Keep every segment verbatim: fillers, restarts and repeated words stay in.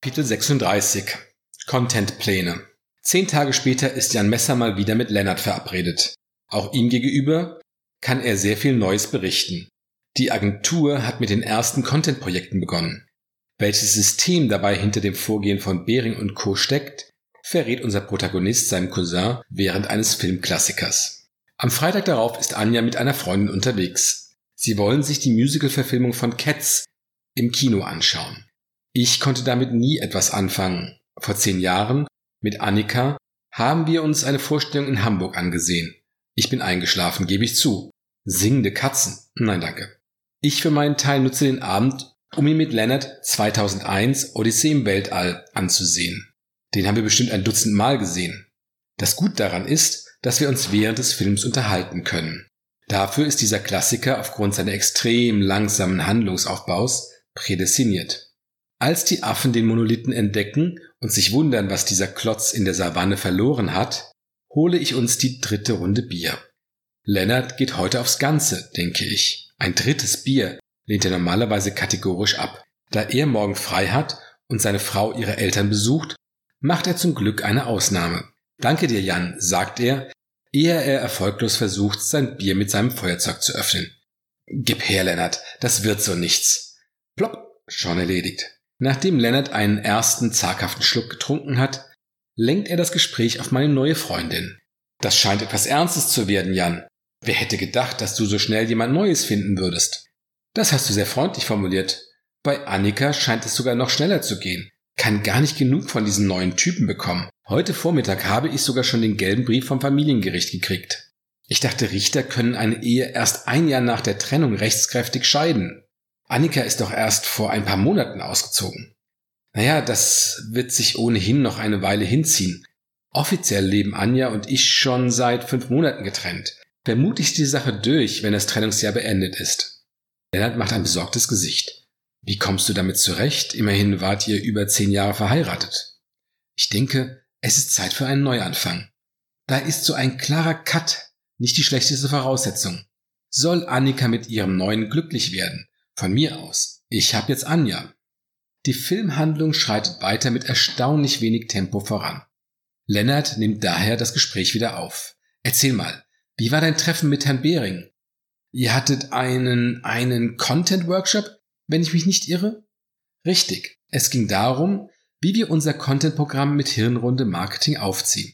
Kapitel sechsunddreißig. Contentpläne. Zehn Tage später ist Jan Messer mal wieder mit Lennart verabredet. Auch ihm gegenüber kann er sehr viel Neues berichten. Die Agentur hat mit den ersten Content-Projekten begonnen. Welches System dabei hinter dem Vorgehen von Behring und Co. steckt, verrät unser Protagonist seinem Cousin während eines Filmklassikers. Am Freitag darauf ist Anja mit einer Freundin unterwegs. Sie wollen sich die Musical-Verfilmung von Cats im Kino anschauen. Ich konnte damit nie etwas anfangen. Vor zehn Jahren, mit Annika, haben wir uns eine Vorstellung in Hamburg angesehen. Ich bin eingeschlafen, gebe ich zu. Singende Katzen? Nein, danke. Ich für meinen Teil nutze den Abend, um ihn mit Lennart zweitausendeins Odyssee im Weltall anzusehen. Den haben wir bestimmt ein Dutzend Mal gesehen. Das Gute daran ist, dass wir uns während des Films unterhalten können. Dafür ist dieser Klassiker aufgrund seiner extrem langsamen Handlungsaufbaus prädestiniert. Als die Affen den Monolithen entdecken und sich wundern, was dieser Klotz in der Savanne verloren hat, hole ich uns die dritte Runde Bier. Lennart geht heute aufs Ganze, denke ich. Ein drittes Bier lehnt er normalerweise kategorisch ab. Da er morgen frei hat und seine Frau ihre Eltern besucht, macht er zum Glück eine Ausnahme. Danke dir, Jan, sagt er, ehe er erfolglos versucht, sein Bier mit seinem Feuerzeug zu öffnen. Gib her, Lennart, das wird so nichts. Plopp, schon erledigt. Nachdem Lennart einen ersten zaghaften Schluck getrunken hat, lenkt er das Gespräch auf meine neue Freundin. Das scheint etwas Ernstes zu werden, Jan. Wer hätte gedacht, dass du so schnell jemand Neues finden würdest? Das hast du sehr freundlich formuliert. Bei Annika scheint es sogar noch schneller zu gehen. Kann gar nicht genug von diesen neuen Typen bekommen. Heute Vormittag habe ich sogar schon den gelben Brief vom Familiengericht gekriegt. Ich dachte, Richter können eine Ehe erst ein Jahr nach der Trennung rechtskräftig scheiden. Annika ist doch erst vor ein paar Monaten ausgezogen. Naja, das wird sich ohnehin noch eine Weile hinziehen. Offiziell leben Anja und ich schon seit fünf Monaten getrennt. Vermutlich ist die Sache durch, wenn das Trennungsjahr beendet ist. Lennart macht ein besorgtes Gesicht. Wie kommst du damit zurecht? Immerhin wart ihr über zehn Jahre verheiratet. Ich denke, es ist Zeit für einen Neuanfang. Da ist so ein klarer Cut nicht die schlechteste Voraussetzung. Soll Annika mit ihrem Neuen glücklich werden? Von mir aus. Ich hab jetzt Anja. Die Filmhandlung schreitet weiter mit erstaunlich wenig Tempo voran. Lennart nimmt daher das Gespräch wieder auf. Erzähl mal, wie war dein Treffen mit Herrn Behring? Ihr hattet einen, einen Content-Workshop, wenn ich mich nicht irre? Richtig. Es ging darum, wie wir unser Content-Programm mit Hirnrunde Marketing aufziehen.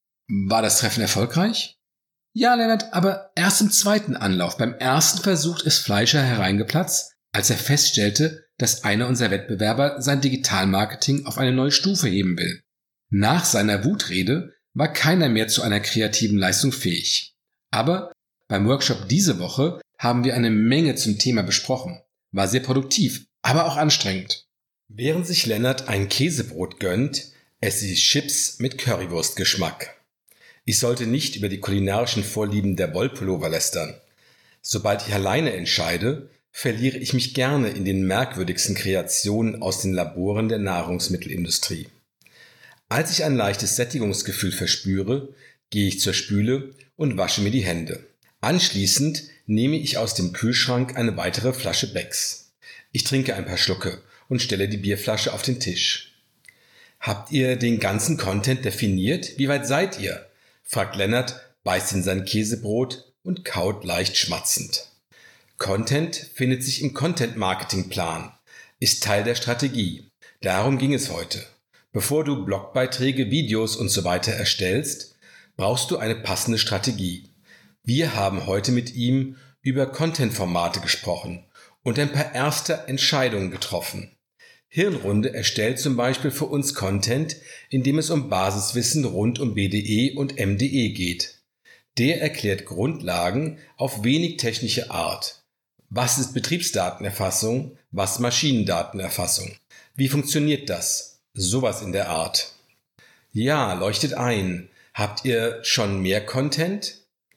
War das Treffen erfolgreich? Ja, Lennart, aber erst im zweiten Anlauf. Beim ersten Versuch ist Fleischer hereingeplatzt, als er feststellte, dass einer unserer Wettbewerber sein Digitalmarketing auf eine neue Stufe heben will. Nach seiner Wutrede war keiner mehr zu einer kreativen Leistung fähig. Aber beim Workshop diese Woche haben wir eine Menge zum Thema besprochen. War sehr produktiv, aber auch anstrengend. Während sich Lennart ein Käsebrot gönnt, esse ich Chips mit Currywurstgeschmack. Ich sollte nicht über die kulinarischen Vorlieben der Wollpullover lästern. Sobald ich alleine entscheide, verliere ich mich gerne in den merkwürdigsten Kreationen aus den Laboren der Nahrungsmittelindustrie. Als ich ein leichtes Sättigungsgefühl verspüre, gehe ich zur Spüle und wasche mir die Hände. Anschließend nehme ich aus dem Kühlschrank eine weitere Flasche Becks. Ich trinke ein paar Schlucke und stelle die Bierflasche auf den Tisch. Habt ihr den ganzen Content definiert? Wie weit seid ihr? Fragt Lennart, beißt in sein Käsebrot und kaut leicht schmatzend. Content findet sich im Content-Marketing-Plan, ist Teil der Strategie. Darum ging es heute. Bevor du Blogbeiträge, Videos und so weiter erstellst, brauchst du eine passende Strategie. Wir haben heute mit ihm über Content-Formate gesprochen und ein paar erste Entscheidungen getroffen. Hirnrunde erstellt zum Beispiel für uns Content, in dem es um Basiswissen rund um B D E und M D E geht. Der erklärt Grundlagen auf wenig technische Art. Was ist Betriebsdatenerfassung? Was Maschinendatenerfassung? Wie funktioniert das? Sowas in der Art. Ja, leuchtet ein. Habt ihr schon mehr Content?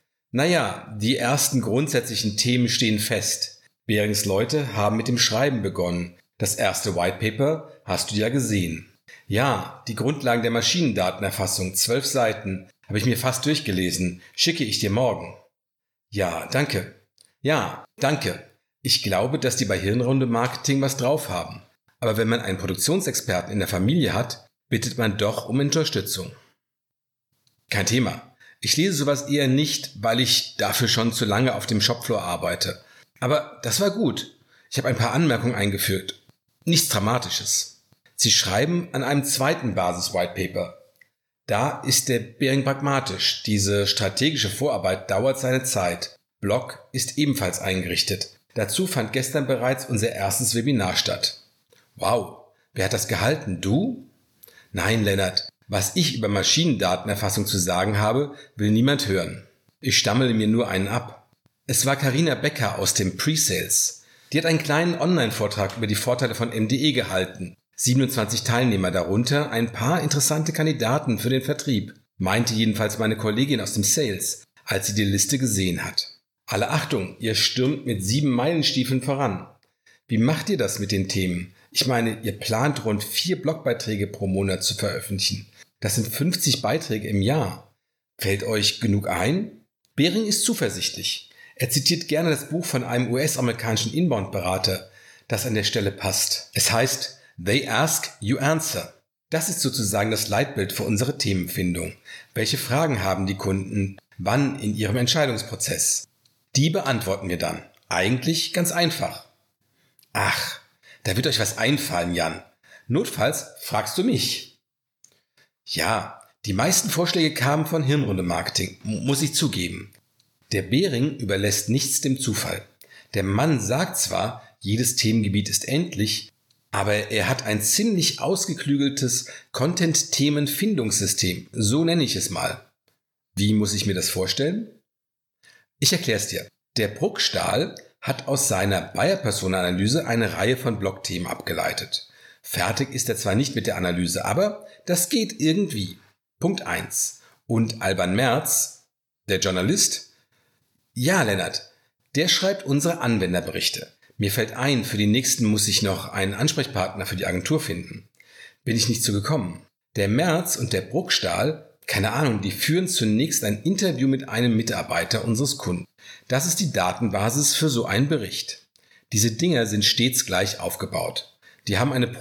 Naja, die ersten grundsätzlichen Themen stehen fest. Behrings Leute haben mit dem Schreiben begonnen. Das erste Whitepaper hast du ja gesehen. Ja, die Grundlagen der Maschinendatenerfassung, zwölf Seiten, habe ich mir fast durchgelesen. Schicke ich dir morgen. Ja, danke. Ja, danke. Ich glaube, dass die bei Hirnrunde Marketing was drauf haben. Aber wenn man einen Produktionsexperten in der Familie hat, bittet man doch um Unterstützung. Kein Thema. Ich lese sowas eher nicht, weil ich dafür schon zu lange auf dem Shopfloor arbeite. Aber das war gut. Ich habe ein paar Anmerkungen eingefügt. Nichts Dramatisches. Sie schreiben an einem zweiten Basis-Whitepaper. Da ist der Behring pragmatisch. Diese strategische Vorarbeit dauert seine Zeit. Blog ist ebenfalls eingerichtet. Dazu fand gestern bereits unser erstes Webinar statt. Wow, wer hat das gehalten? Du? Nein, Lennart. Was ich über Maschinendatenerfassung zu sagen habe, will niemand hören. Ich stammele mir nur einen ab. Es war Carina Becker aus dem Pre-Sales. Die hat einen kleinen Online-Vortrag über die Vorteile von M D E gehalten. siebenundzwanzig Teilnehmer, darunter ein paar interessante Kandidaten für den Vertrieb, meinte jedenfalls meine Kollegin aus dem Sales, als sie die Liste gesehen hat. Alle Achtung, ihr stürmt mit sieben Meilenstiefeln voran. Wie macht ihr das mit den Themen? Ich meine, ihr plant rund vier Blogbeiträge pro Monat zu veröffentlichen. Das sind fünfzig Beiträge im Jahr. Fällt euch genug ein? Behring ist zuversichtlich. Er zitiert gerne das Buch von einem U S-amerikanischen Inbound-Berater, das an der Stelle passt. Es heißt, They ask, you answer. Das ist sozusagen das Leitbild für unsere Themenfindung. Welche Fragen haben die Kunden? Wann in ihrem Entscheidungsprozess? Die beantworten wir dann. Eigentlich ganz einfach. Ach, da wird euch was einfallen, Jan. Notfalls fragst du mich. Ja, die meisten Vorschläge kamen von Hirnrunde-Marketing, muss ich zugeben. Der Behring überlässt nichts dem Zufall. Der Mann sagt zwar, jedes Themengebiet ist endlich, aber er hat ein ziemlich ausgeklügeltes Content-Themen-Findungssystem, so nenne ich es mal. Wie muss ich mir das vorstellen? Ich erkläre es dir. Der Bruckstahl hat aus seiner Buyer-Persona-Analyse eine Reihe von Blogthemen abgeleitet. Fertig ist er zwar nicht mit der Analyse, aber das geht irgendwie. Punkt eins. Und Alban Merz, der Journalist? Ja, Lennart, der schreibt unsere Anwenderberichte. Mir fällt ein, für die nächsten muss ich noch einen Ansprechpartner für die Agentur finden. Bin ich nicht so gekommen. Der Merz und der Bruckstahl, keine Ahnung, die führen zunächst ein Interview mit einem Mitarbeiter unseres Kunden. Das ist die Datenbasis für so einen Bericht. Diese Dinger sind stets gleich aufgebaut. Die haben eine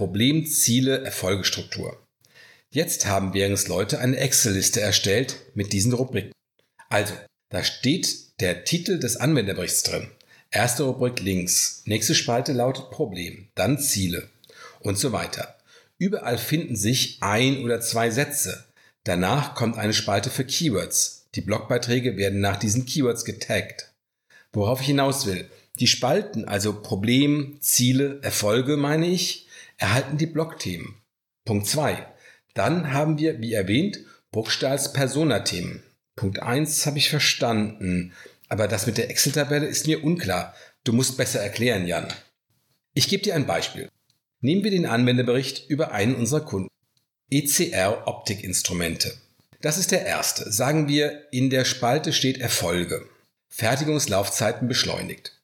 Problem-Ziele-Erfolgestruktur. Jetzt haben Behrings Leute eine Excel-Liste erstellt mit diesen Rubriken. Also, da steht der Titel des Anwenderberichts drin. Erste Rubrik links, nächste Spalte lautet Problem, dann Ziele und so weiter. Überall finden sich ein oder zwei Sätze. Danach kommt eine Spalte für Keywords. Die Blogbeiträge werden nach diesen Keywords getaggt. Worauf ich hinaus will, die Spalten, also Problem, Ziele, Erfolge, meine ich, erhalten die Blogthemen. Punkt zwei. Dann haben wir, wie erwähnt, Bruckstahls Persona-Themen. Punkt eins habe ich verstanden, aber das mit der Excel-Tabelle ist mir unklar. Du musst besser erklären, Jan. Ich gebe dir ein Beispiel. Nehmen wir den Anwenderbericht über einen unserer Kunden. E C R-Optikinstrumente. Das ist der erste. Sagen wir, in der Spalte steht Erfolge. Fertigungslaufzeiten beschleunigt.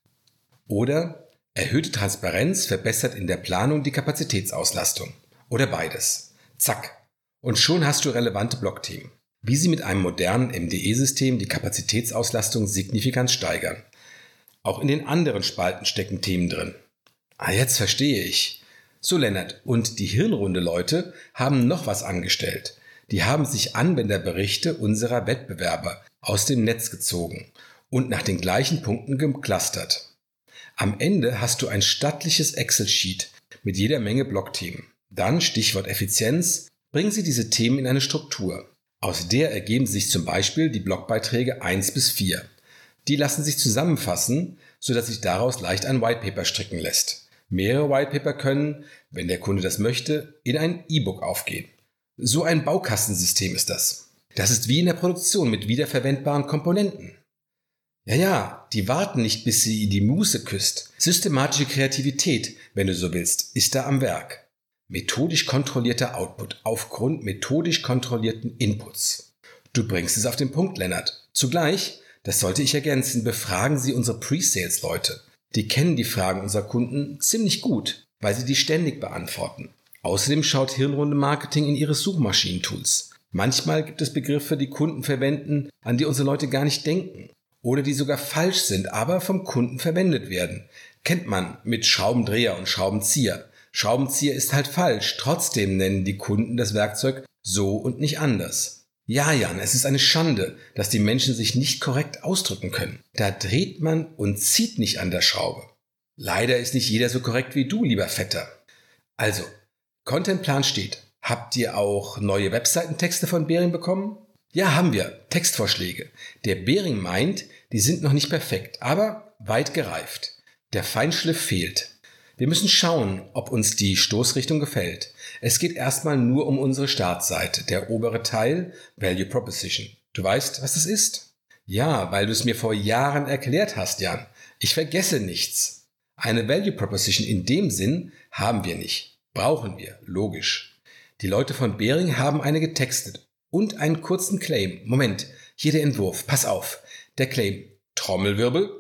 Oder erhöhte Transparenz verbessert in der Planung die Kapazitätsauslastung. Oder beides. Zack. Und schon hast du relevante Blogthemen. Wie sie mit einem modernen M D E-System die Kapazitätsauslastung signifikant steigern. Auch in den anderen Spalten stecken Themen drin. Ah, jetzt verstehe ich. So, Lennart, und die Hirnrunde-Leute haben noch was angestellt. Die haben sich Anwenderberichte unserer Wettbewerber aus dem Netz gezogen und nach den gleichen Punkten geclustert. Am Ende hast du ein stattliches Excel-Sheet mit jeder Menge Blogthemen. Dann, Stichwort Effizienz, bringen sie diese Themen in eine Struktur. Aus der ergeben sich zum Beispiel die Blogbeiträge eins bis vier. Die lassen sich zusammenfassen, sodass sich daraus leicht ein Whitepaper stricken lässt. Mehrere Whitepaper können, wenn der Kunde das möchte, in ein E-Book aufgehen. So ein Baukastensystem ist das. Das ist wie in der Produktion mit wiederverwendbaren Komponenten. Ja, ja, die warten nicht, bis sie die Muße küsst. Systematische Kreativität, wenn du so willst, ist da am Werk. Methodisch kontrollierter Output aufgrund methodisch kontrollierten Inputs. Du bringst es auf den Punkt, Lennart. Zugleich, das sollte ich ergänzen, befragen Sie unsere Pre-Sales-Leute. Die kennen die Fragen unserer Kunden ziemlich gut, weil sie die ständig beantworten. Außerdem schaut Hirnrunde Marketing in ihre Suchmaschinentools. Manchmal gibt es Begriffe, die Kunden verwenden, an die unsere Leute gar nicht denken. Oder die sogar falsch sind, aber vom Kunden verwendet werden. Kennt man mit Schraubendreher und Schraubenzieher. Schraubenzieher ist halt falsch, trotzdem nennen die Kunden das Werkzeug so und nicht anders. Ja, Jan, es ist eine Schande, dass die Menschen sich nicht korrekt ausdrücken können. Da dreht man und zieht nicht an der Schraube. Leider ist nicht jeder so korrekt wie du, lieber Vetter. Also, Contentplan steht. Habt ihr auch neue Webseitentexte von Behring bekommen? Ja, haben wir. Textvorschläge. Der Behring meint, die sind noch nicht perfekt, aber weit gereift. Der Feinschliff fehlt. Wir müssen schauen, ob uns die Stoßrichtung gefällt. Es geht erstmal nur um unsere Startseite, der obere Teil, Value Proposition. Du weißt, was das ist? Ja, weil du es mir vor Jahren erklärt hast, Jan. Ich vergesse nichts. Eine Value Proposition in dem Sinn haben wir nicht. Brauchen wir, logisch. Die Leute von Behring haben eine getextet und einen kurzen Claim. Moment, hier der Entwurf, pass auf. Der Claim, Trommelwirbel.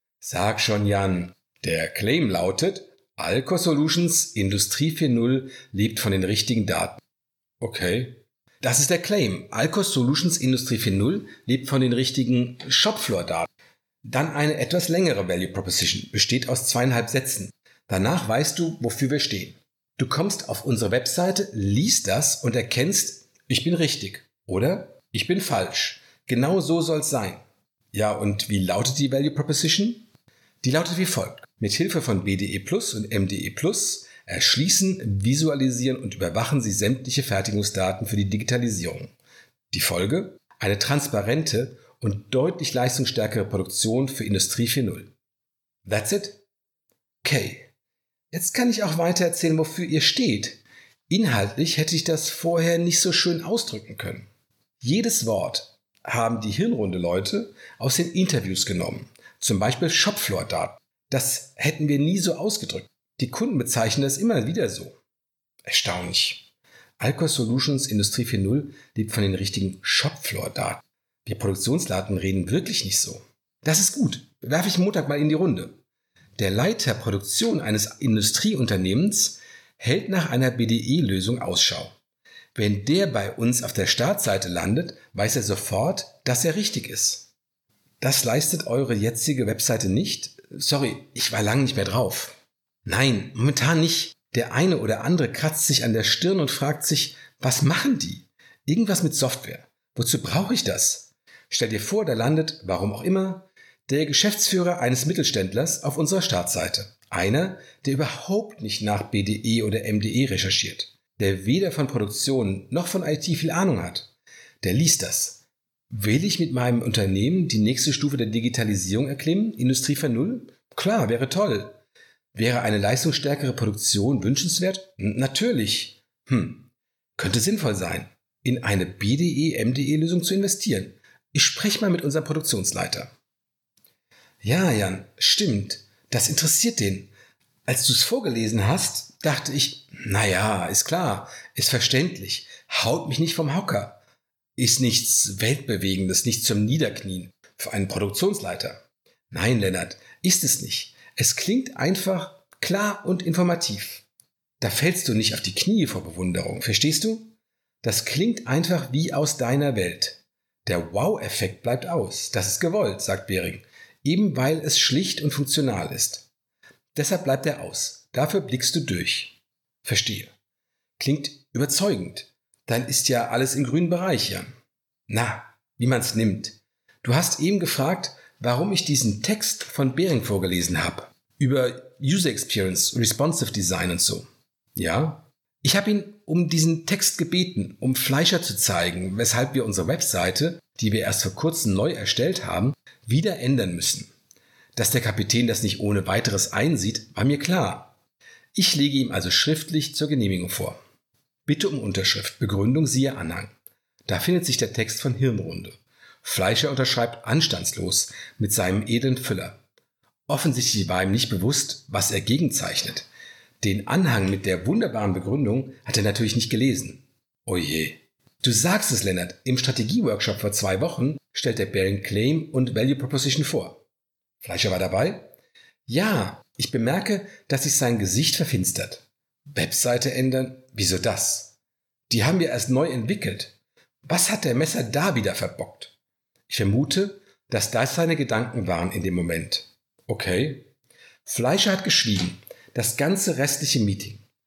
Sag schon, Jan. Der Claim lautet, Alcor Solutions Industrie vier Punkt null lebt von den richtigen Daten. Okay. Das ist der Claim. Alcor Solutions Industrie vier Punkt null lebt von den richtigen Shopfloor-Daten. Dann eine etwas längere Value Proposition, besteht aus zweieinhalb Sätzen. Danach weißt du, wofür wir stehen. Du kommst auf unsere Webseite, liest das und erkennst, ich bin richtig oder ich bin falsch. Genau so soll es sein. Ja, und wie lautet die Value Proposition? Die lautet wie folgt. Mit Hilfe von B D E Plus und M D E Plus erschließen, visualisieren und überwachen Sie sämtliche Fertigungsdaten für die Digitalisierung. Die Folge? Eine transparente und deutlich leistungsstärkere Produktion für Industrie vier Punkt null. That's it? Okay. Jetzt kann ich auch weiter erzählen, wofür ihr steht. Inhaltlich hätte ich das vorher nicht so schön ausdrücken können. Jedes Wort haben die hirnrunde Leute aus den Interviews genommen. Zum Beispiel Shopfloor-Daten. Das hätten wir nie so ausgedrückt. Die Kunden bezeichnen das immer wieder so. Erstaunlich. Alcor Solutions Industrie vier Punkt null lebt von den richtigen Shopfloor-Daten. Wir Produktionsdaten reden wirklich nicht so. Das ist gut. Werfe ich Montag mal in die Runde. Der Leiter Produktion eines Industrieunternehmens hält nach einer B D E-Lösung Ausschau. Wenn der bei uns auf der Startseite landet, weiß er sofort, dass er richtig ist. Das leistet eure jetzige Webseite nicht? Sorry, ich war lange nicht mehr drauf. Nein, momentan nicht. Der eine oder andere kratzt sich an der Stirn und fragt sich, was machen die? Irgendwas mit Software. Wozu brauche ich das? Stell dir vor, da landet, warum auch immer, der Geschäftsführer eines Mittelständlers auf unserer Startseite. Einer, der überhaupt nicht nach B D E oder M D E recherchiert. Der weder von Produktion noch von I T viel Ahnung hat. Der liest das. Will ich mit meinem Unternehmen die nächste Stufe der Digitalisierung erklimmen? Industrie vier Punkt null? Klar, wäre toll. Wäre eine leistungsstärkere Produktion wünschenswert? Natürlich. Hm, könnte sinnvoll sein, in eine B D E-M D E-Lösung zu investieren. Ich spreche mal mit unserem Produktionsleiter. Ja, Jan, stimmt. Das interessiert den. Als du es vorgelesen hast, dachte ich, naja, ist klar, ist verständlich, haut mich nicht vom Hocker. Ist nichts Weltbewegendes, nicht zum Niederknien für einen Produktionsleiter. Nein, Lennart, ist es nicht. Es klingt einfach klar und informativ. Da fällst du nicht auf die Knie vor Bewunderung, verstehst du? Das klingt einfach wie aus deiner Welt. Der Wow-Effekt bleibt aus. Das ist gewollt, sagt Behring, eben weil es schlicht und funktional ist. Deshalb bleibt er aus. Dafür blickst du durch. Verstehe. Klingt überzeugend. Dann ist ja alles im grünen Bereich, Jan. Na, wie man's nimmt. Du hast eben gefragt, warum ich diesen Text von Behring vorgelesen habe. Über User Experience, Responsive Design und so. Ja? Ich habe ihn um diesen Text gebeten, um Fleischer zu zeigen, weshalb wir unsere Webseite, die wir erst vor kurzem neu erstellt haben, wieder ändern müssen. Dass der Kapitän das nicht ohne weiteres einsieht, war mir klar. Ich lege ihm also schriftlich zur Genehmigung vor. Bitte um Unterschrift, Begründung siehe Anhang. Da findet sich der Text von Hirnrunde. Fleischer unterschreibt anstandslos mit seinem edlen Füller. Offensichtlich war ihm nicht bewusst, was er gegenzeichnet. Den Anhang mit der wunderbaren Begründung hat er natürlich nicht gelesen. Oje. Du sagst es, Lennart, im Strategieworkshop vor zwei Wochen stellt der Behring Claim und Value Proposition vor. Fleischer war dabei? Ja, ich bemerke, dass sich sein Gesicht verfinstert. Webseite ändern? Wieso das? Die haben wir erst neu entwickelt. Was hat der Messer da wieder verbockt? Ich vermute, dass das seine Gedanken waren in dem Moment. Okay. Fleischer hat geschwiegen. Das ganze restliche Meeting.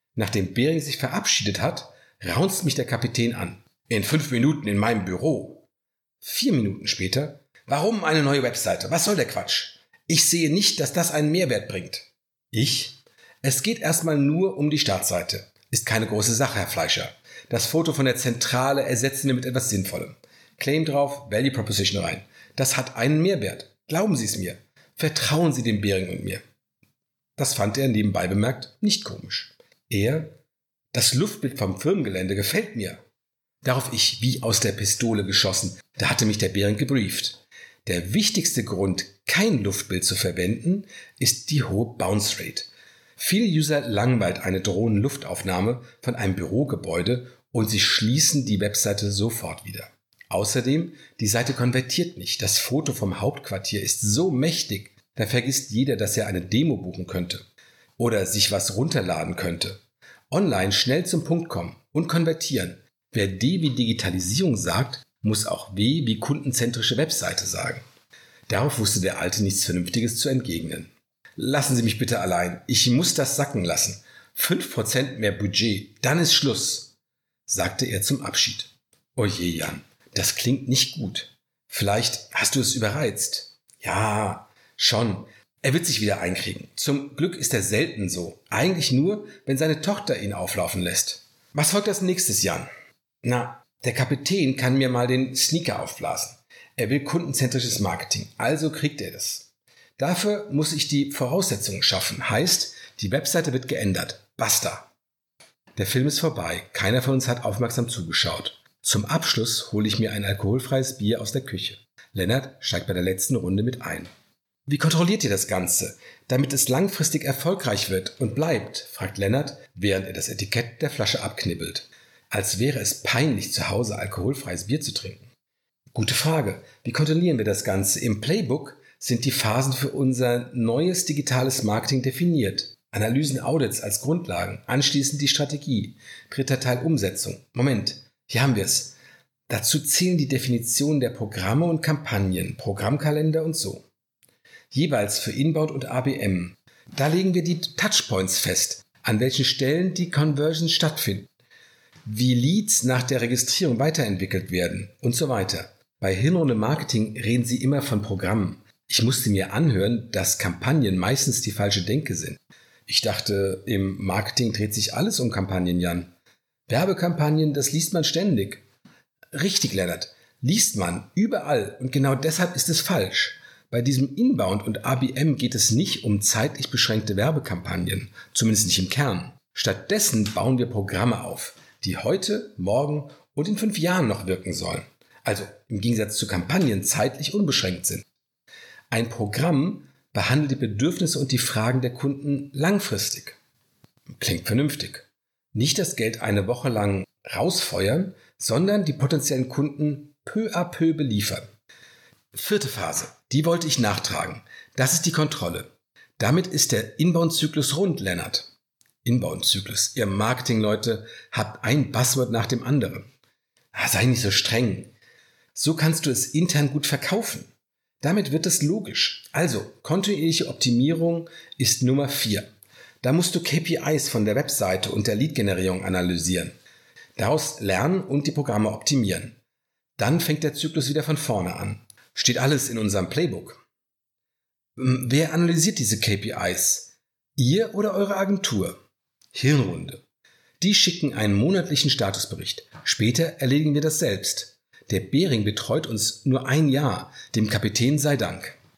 Nachdem Behring sich verabschiedet hat, raunzt mich der Kapitän an. In fünf Minuten in meinem Büro. Vier Minuten später. Warum eine neue Webseite? Was soll der Quatsch? Ich sehe nicht, dass das einen Mehrwert bringt. Ich? Es geht erstmal nur um die Startseite. Ist keine große Sache, Herr Fleischer. Das Foto von der Zentrale ersetzen wir mit etwas Sinnvollem. Claim drauf, Value Proposition rein. Das hat einen Mehrwert. Glauben Sie es mir. Vertrauen Sie dem Behring und mir. Das fand er nebenbei bemerkt nicht komisch. Er, das Luftbild vom Firmengelände gefällt mir. Darauf ich wie aus der Pistole geschossen. Da hatte mich der Behring gebrieft. Der wichtigste Grund, kein Luftbild zu verwenden, ist die hohe Bounce Rate. Viele User langweilt eine Drohnen-Luftaufnahme von einem Bürogebäude und sie schließen die Webseite sofort wieder. Außerdem, die Seite konvertiert nicht. Das Foto vom Hauptquartier ist so mächtig, da vergisst jeder, dass er eine Demo buchen könnte oder sich was runterladen könnte. Online schnell zum Punkt kommen und konvertieren. Wer D wie Digitalisierung sagt, muss auch W wie kundenzentrische Webseite sagen. Darauf wusste der Alte nichts Vernünftiges zu entgegnen. Lassen Sie mich bitte allein, ich muss das sacken lassen. Fünf Prozent mehr Budget, dann ist Schluss, sagte er zum Abschied. Oje, Jan, das klingt nicht gut. Vielleicht hast du es überreizt. Ja, schon. Er wird sich wieder einkriegen. Zum Glück ist er selten so. Eigentlich nur, wenn seine Tochter ihn auflaufen lässt. Was folgt als nächstes, Jan? Na, der Kapitän kann mir mal den Sneaker aufblasen. Er will kundenzentrisches Marketing, also kriegt er das. Dafür muss ich die Voraussetzungen schaffen. Heißt, die Webseite wird geändert. Basta. Der Film ist vorbei. Keiner von uns hat aufmerksam zugeschaut. Zum Abschluss hole ich mir ein alkoholfreies Bier aus der Küche. Lennart steigt bei der letzten Runde mit ein. Wie kontrolliert ihr das Ganze, damit es langfristig erfolgreich wird und bleibt, fragt Lennart, während er das Etikett der Flasche abknibbelt. Als wäre es peinlich, zu Hause alkoholfreies Bier zu trinken. Gute Frage. Wie kontrollieren wir das Ganze? Im Playbook sind die Phasen für unser neues digitales Marketing definiert. Analysen, Audits als Grundlagen, anschließend die Strategie. Dritter Teil Umsetzung. Moment, hier haben wir es. Dazu zählen die Definitionen der Programme und Kampagnen, Programmkalender und so. Jeweils für Inbound und A B M. Da legen wir die Touchpoints fest, an welchen Stellen die Conversions stattfinden, wie Leads nach der Registrierung weiterentwickelt werden und so weiter. Bei Hirnrunde Marketing reden sie immer von Programmen. Ich musste mir anhören, dass Kampagnen meistens die falsche Denke sind. Ich dachte, im Marketing dreht sich alles um Kampagnen, Jan. Werbekampagnen, das liest man ständig. Richtig, Lennart, liest man überall und genau deshalb ist es falsch. Bei diesem Inbound und A B M geht es nicht um zeitlich beschränkte Werbekampagnen, zumindest nicht im Kern. Stattdessen bauen wir Programme auf, die heute, morgen und in fünf Jahren noch wirken sollen. Also im Gegensatz zu Kampagnen zeitlich unbeschränkt sind. Ein Programm behandelt die Bedürfnisse und die Fragen der Kunden langfristig. Klingt vernünftig. Nicht das Geld eine Woche lang rausfeuern, sondern die potenziellen Kunden peu à peu beliefern. Vierte Phase, die wollte ich nachtragen. Das ist die Kontrolle. Damit ist der Inbound-Zyklus rund, Lennart. Inbound-Zyklus. Ihr Marketing-Leute habt ein Buzzword nach dem anderen. Ah, sei nicht so streng. So kannst du es intern gut verkaufen. Damit wird es logisch. Also, kontinuierliche Optimierung ist Nummer vier. Da musst du K P Is von der Webseite und der Lead-Generierung analysieren. Daraus lernen und die Programme optimieren. Dann fängt der Zyklus wieder von vorne an. Steht alles in unserem Playbook. Wer analysiert diese K P Is? Ihr oder eure Agentur? Hirnrunde. Die schicken einen monatlichen Statusbericht. Später erledigen wir das selbst. Der Behring betreut uns nur ein Jahr. Dem Kapitän sei Dank.